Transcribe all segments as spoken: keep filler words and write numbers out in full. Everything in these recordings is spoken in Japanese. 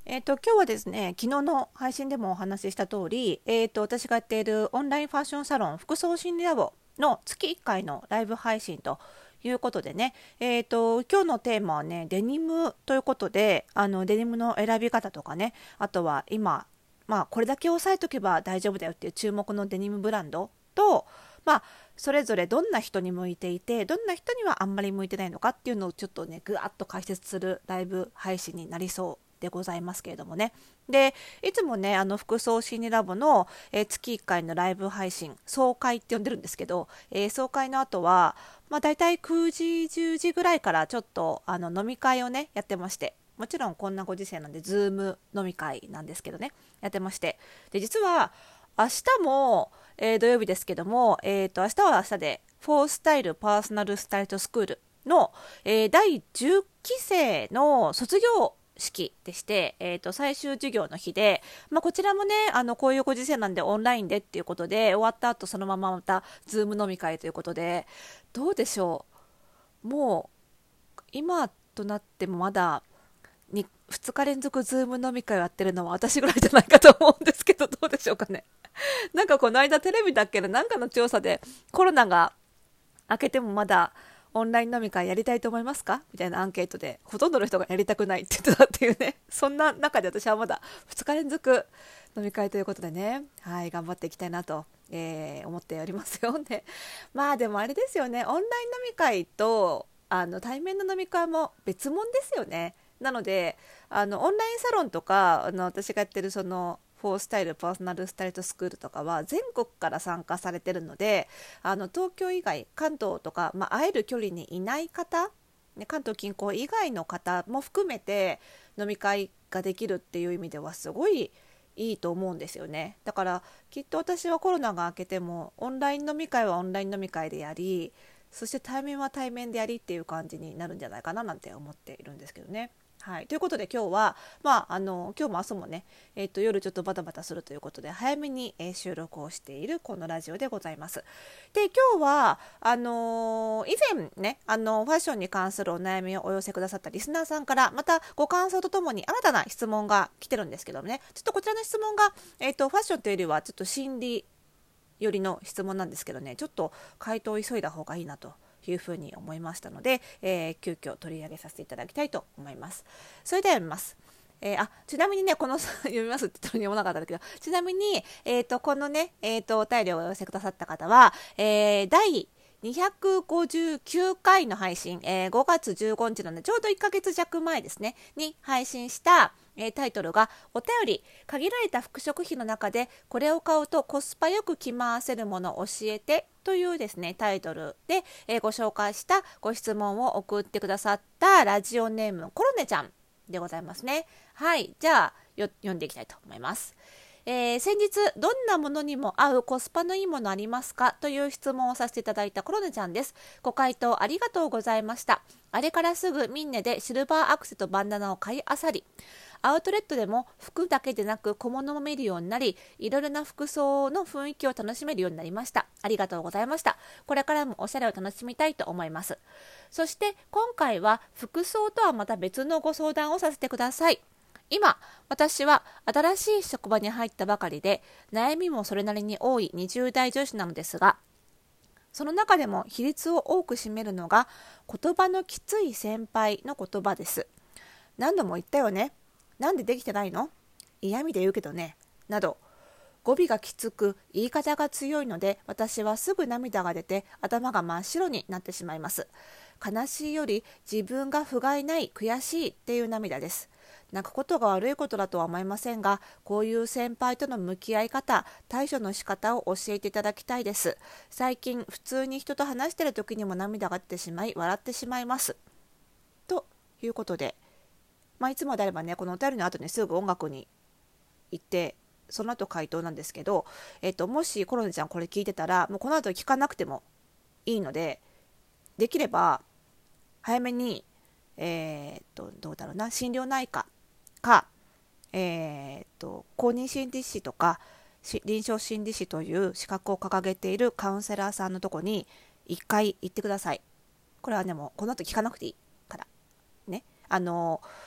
えっと、今日はですね、昨日の配信でもお話しした通り、えっと、私がやっているオンラインファッションサロン、服装心理ラボの月いっかいのライブ配信ということでね、えっと、今日のテーマはね、デニムということで、あの、デニムの選び方とかね、あとは今、まあ、これだけ押さえとけば大丈夫だよっていう注目のデニムブランドと、まあ、それぞれどんな人に向いていて、どんな人にはあんまり向いてないのかっていうのをちょっとね、ぐわっと解説するライブ配信になりそうでございますけれどもね。で、いつもね、あの服装心理ラボの、えー月いっかいのライブ配信、総会って呼んでるんですけど、えー総会の後は、まあ、大体くじ、じゅうじぐらいからちょっとあの飲み会をね、やってまして、もちろんこんなご時世なんで、ズーム飲み会なんですけどね、やってまして。で、実は、明日も、えー土曜日ですけども、えーと、明日は明日で、フォースタイルパーソナルスタイルトスクールの、えーだいじゅっきせいの卒業式でして、えーと、最終授業の日で、まあ、こちらもね、あのこういうご時世なんでオンラインでっていうことで、終わった後そのまままたズーム飲み会ということで、どうでしょう。もう今となってもまだにふつか連続ズーム飲み会をやってるのは私ぐらいじゃないかと思うんですけど、どうでしょうかね。なんかこの間テレビだっけな、なんかの調査で、コロナが明けてもまだオンライン飲み会やりたいと思いますかみたいなアンケートで、ほとんどの人がやりたくないって言ってたっていうね。そんな中で私はまだふつか連続飲み会ということでね、はい、頑張っていきたいなと、えー思っておりますよね。まあでもあれですよね、オンライン飲み会とあの対面の飲み会も別物ですよね。なので、あのオンラインサロンとか、あの私がやってるそのフォースタイルパーソナルスタイルトスクールとかは全国から参加されてるので、あの東京以外、関東とか、まあ、会える距離にいない方、ね、関東近郊以外の方も含めて飲み会ができるっていう意味ではすごいいいと思うんですよね。だからきっと私はコロナが明けてもオンライン飲み会はオンライン飲み会でやり、そして対面は対面でやりっていう感じになるんじゃないかななんて思っているんですけどね。はい、ということで今日は、まあ、あの今日も明日もね、えー、と夜ちょっとバタバタするということで早めに、えー収録をしているこのラジオでございます。で、今日はあのー以前ね、あのファッションに関するお悩みをお寄せくださったリスナーさんからまたご感想とともに新たな質問が来てるんですけどもね、ちょっとこちらの質問が、えー、とファッションというよりはちょっと心理よりの質問なんですけどね、ちょっと回答を急いだ方がいいなというふうに思いましたので、えー急遽取り上げさせていただきたいと思います。それでは読みます。えーあちなみにね、この読みますって言ったのに読まなかったんだけど、ちなみに、えー、とこのね、えー、とお便りをお寄せくださった方は、えー、第にひゃくごじゅうきゅうかいの配信、えーごがつじゅうごにちなのでちょうどいっかげつじゃくまえですねに配信した、えータイトルがお便り限られた服飾費の中でこれを買うとコスパよく着回せるものを教えてというですねタイトルで、えーご紹介したご質問を送ってくださったラジオネームコロネちゃんでございますね。はい、じゃあよ読んでいきたいと思います。えー先日どんなものにも合うコスパのいいものありますかという質問をさせていただいたコロネちゃんです。ご回答ありがとうございました。あれからすぐミンネでシルバーアクセとバンダナを買いあさり、アウトレットでも服だけでなく小物も見るようになり、いろいろな服装の雰囲気を楽しめるようになりました。ありがとうございました。これからもおしゃれを楽しみたいと思います。そして今回は服装とはまた別のご相談をさせてください。今、私は新しい職場に入ったばかりで、悩みもそれなりに多いにじゅうだい女子なのですが、その中でも比率を多く占めるのが、言葉のきつい先輩の言葉です。何度も言ったよね。なんでできてないの？嫌味で言うけどね。など、語尾がきつく言い方が強いので、私はすぐ涙が出て頭が真っ白になってしまいます。悲しいより自分が不甲斐ない悔しいっていう涙です。泣くことが悪いことだとは思いませんが、こういう先輩との向き合い方、対処の仕方を教えていただきたいです。最近普通に人と話している時にも涙が出てしまい笑ってしまいます。ということで、まあ、いつもであればね、このお便りの後にすぐ音楽に行ってその後回答なんですけど、えっと、もしコロネちゃんこれ聞いてたら、もうこの後聞かなくてもいいので、できれば早めに、えー、っとどうだろうな、心療内科か、えー、っと公認心理師とか臨床心理師という資格を掲げているカウンセラーさんのとこに一回行ってください。これはね、もうこの後聞かなくていいからね。あの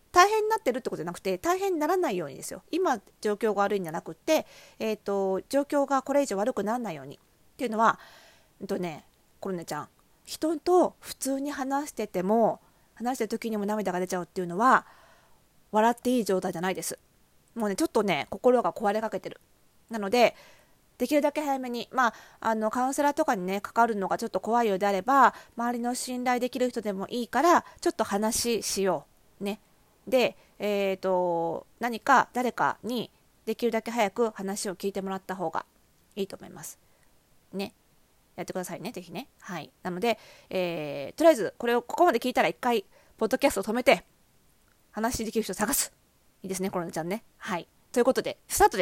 大変になってるってことじゃなくて、大変にならないようにですよ。今状況が悪いんじゃなくて、えーと、状況がこれ以上悪くならないようにっていうのは、えっとね、コロネちゃん、人と普通に話してても、話してる時にも涙が出ちゃうっていうのは笑っていい状態じゃないです。もうね、ちょっとね、心が壊れかけてる。なので、できるだけ早めに、まあ、あのカウンセラーとかにねかかるのがちょっと怖いようであれば、周りの信頼できる人でもいいからちょっと話しようね。で、えーと、何か誰かにできるだけ早く話を聞いてもらった方がいいと思いますね。やってくださいね、ぜひね。はい。なので、えー、とりあえずこれをここまで聞いたら一回ポッドキャストを止めて話できる人を探す。いいですね、コロナちゃんね。はい。ということでスタートです。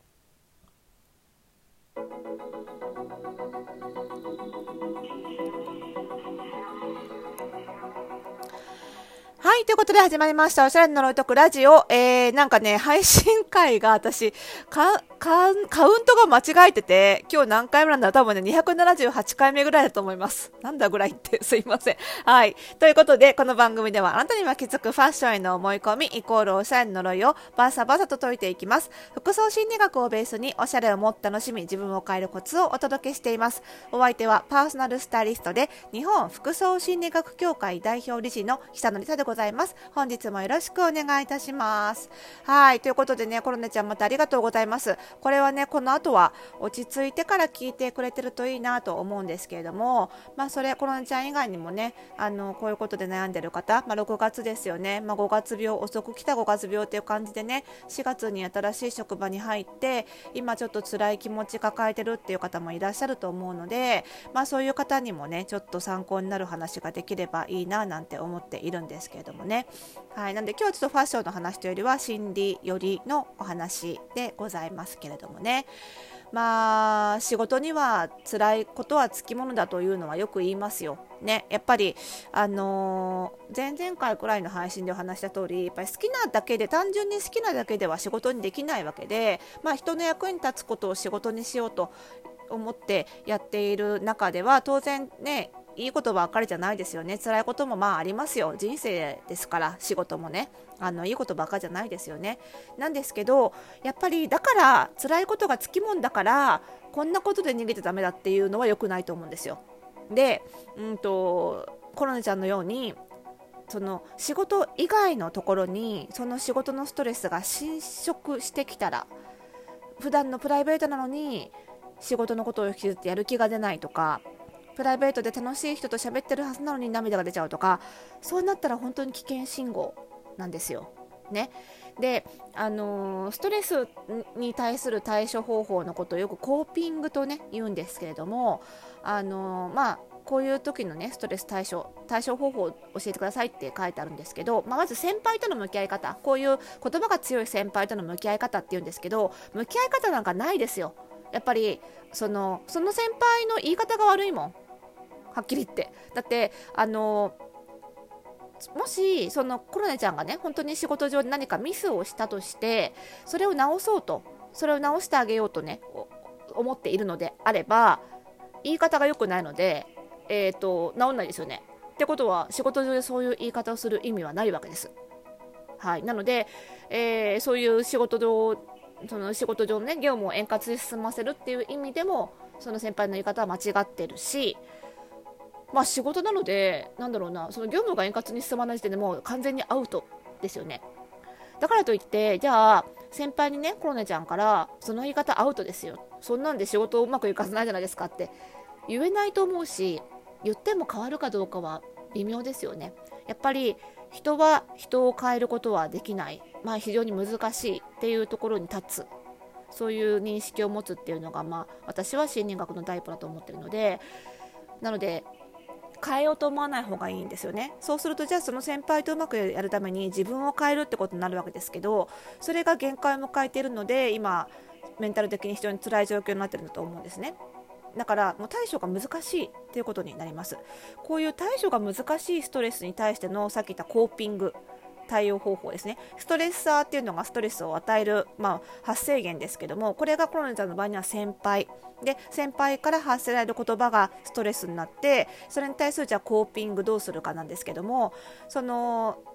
はい、ということで始まりました。おしゃれの呪いとくラジオ。えー、なんかね、配信回が私、か、か、カウントが間違えてて、今日何回目なんだろう、多分ね、にひゃくななじゅうはちかいめぐらいだと思います。なんだぐらいって、すいません。はい。ということで、この番組ではあなたに巻きつくファッションへの思い込み、イコールおしゃれの呪いをバサバサと解いていきます。服装心理学をベースに、おしゃれをもっと楽しみ、自分を変えるコツをお届けしています。お相手はパーソナルスタイリストで、日本服装心理学協会代表理事の久野理沙でございます。本日もよろしくお願いいたします。はい、ということでね、コロネちゃんまたありがとうございます。これはね、この後は落ち着いてから聞いてくれてるといいなと思うんですけれども、まあそれコロネちゃん以外にもね、あのこういうことで悩んでる方、まあ、ろくがつですよね、まあ、ごがつ病、遅く来たごがつ病っていう感じでね、しがつに新しい職場に入って今ちょっと辛い気持ち抱えてるっていう方もいらっしゃると思うので、まあそういう方にもねちょっと参考になる話ができればいいななんて思っているんですけれどもね。はい、なんで今日はちょっとファッションの話というよりは心理よりのお話でございますけれどもね。まあ仕事には辛いことはつきものだというのはよく言いますよね。やっぱりあのー、前々回くらいの配信でお話した通り、やっぱり好きなだけで、単純に好きなだけでは仕事にできないわけで、まあ人の役に立つことを仕事にしようと思ってやっている中では当然ね、いいことばっかりじゃないですよね。辛いこともまあありますよ。人生ですから、仕事もね、あのいいことばっかりじゃないですよね。なんですけど、やっぱりだから辛いことがつきもんだからこんなことで逃げてダメだっていうのは良くないと思うんですよ。で、うんとコロネちゃんのようにその仕事以外のところにその仕事のストレスが侵食してきたら、普段のプライベートなのに仕事のことを引きずってやる気が出ないとか、プライベートで楽しい人と喋ってるはずなのに涙が出ちゃうとか、そうなったら本当に危険信号なんですよね。で、あのー、ストレスに対する対処方法のことをよくコーピングとね言うんですけれども、あのー、まあこういう時のねストレス対処対処方法を教えてくださいって書いてあるんですけど、まあ、まず先輩との向き合い方、こういう言葉が強い先輩との向き合い方っていうんですけど、向き合い方なんかないですよ。やっぱりそのその先輩の言い方が悪いもん、はっきり言って。だってあのもしそのコロネちゃんがね本当に仕事上で何かミスをしたとして、それを直そうと、それを直してあげようとね思っているのであれば、言い方が良くないので、えーと、直んないですよね。ってことは仕事上でそういう言い方をする意味はないわけです。はい、なので、えー、そういう仕事上その仕事上のね業務を円滑に進ませるっていう意味でもその先輩の言い方は間違ってるし、まあ仕事なのでなんだろうな、その業務が円滑に進まない時点でもう完全にアウトですよね。だからといってじゃあ先輩にねコロネちゃんからその言い方アウトですよ、そんなんで仕事をうまくいかせないじゃないですかって言えないと思うし、言っても変わるかどうかは微妙ですよね。やっぱり人は人を変えることはできない、まあ、非常に難しいっていうところに立つ、そういう認識を持つっていうのが、まあ、私は心理学の第一歩だと思ってるので、なので変えようと思わない方がいいんですよね。そうするとじゃあその先輩とうまくやるために自分を変えるってことになるわけですけど、それが限界を迎えているので今メンタル的に非常に辛い状況になっているんだと思うんですね。だからもう対処が難しいということになります。こういう対処が難しいストレスに対してのさっき言ったコーピング対応方法ですね。ストレッサーっていうのがストレスを与える、まあ、発生源ですけども、これがコロネちゃんの場合には先輩で、先輩から発せられる言葉がストレスになって、それに対するじゃあコーピングどうするかなんですけども、その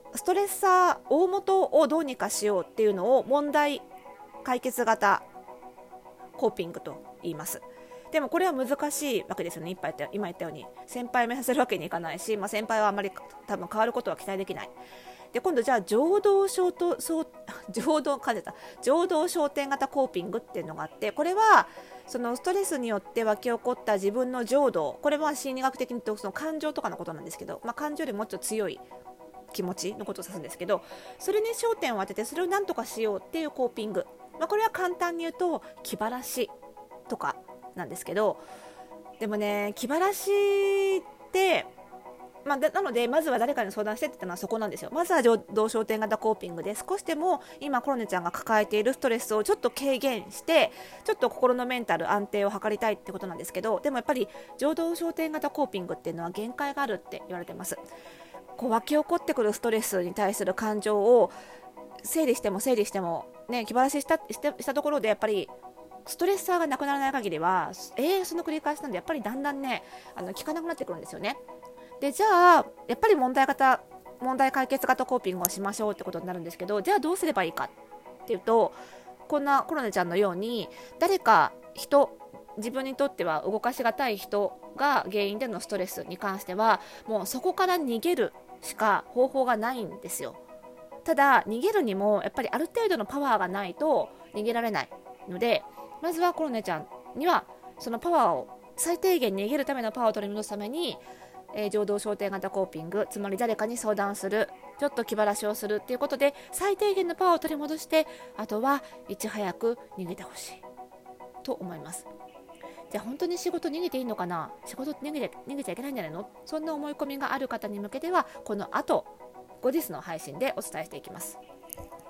ストレッサー大元をどうにかしようっていうのを問題解決型コーピングと言います。でもこれは難しいわけですよね。今言ったように先輩を目指せるわけにいかないし、まあ、先輩はあまり多分変わることは期待できない。で今度じゃあ情動焦とそう情動感じた情動焦点型コーピングっていうのがあって、これはそのストレスによって湧き起こった自分の情動、これは心理学的に言うとその感情とかのことなんですけど、まあ、感情よりもっと強い気持ちのことを指すんですけど、それに焦点を当ててそれを何とかしようっていうコーピング、まあ、これは簡単に言うと気晴らしとかなんですけど、でもね気晴らしって、まあ、なのでまずは誰かに相談してって言ったのはそこなんですよ。まずは情動焦点型コーピングで少しでも今コロネちゃんが抱えているストレスをちょっと軽減してちょっと心のメンタル安定を図りたいってことなんですけど、でもやっぱり情動焦点型コーピングっていうのは限界があるって言われてます。こう湧き起こってくるストレスに対する感情を整理しても整理しても、ね、気晴らしした、したしたところでやっぱりストレッサーがなくならない限りはえー、その繰り返しなんでやっぱりだんだんねあの効かなくなってくるんですよね。でじゃあやっぱり問題型問題解決型コーピングをしましょうってことになるんですけど、じゃあどうすればいいかっていうと、こんなコロネちゃんのように誰か人自分にとっては動かしがたい人が原因でのストレスに関してはもうそこから逃げるしか方法がないんですよ。ただ逃げるにもやっぱりある程度のパワーがないと逃げられないので、まずはコロネちゃんにはそのパワーを最低限逃げるためのパワーを取り戻すために、えー、情動焦点型コーピング、つまり誰かに相談する、ちょっと気晴らしをするっていうことで最低限のパワーを取り戻して、あとはいち早く逃げてほしいと思います。じゃあ本当に仕事逃げていいのかな、仕事逃げて逃げちゃいけないんじゃないの、そんな思い込みがある方に向けてはこの後後日の配信でお伝えしていきます。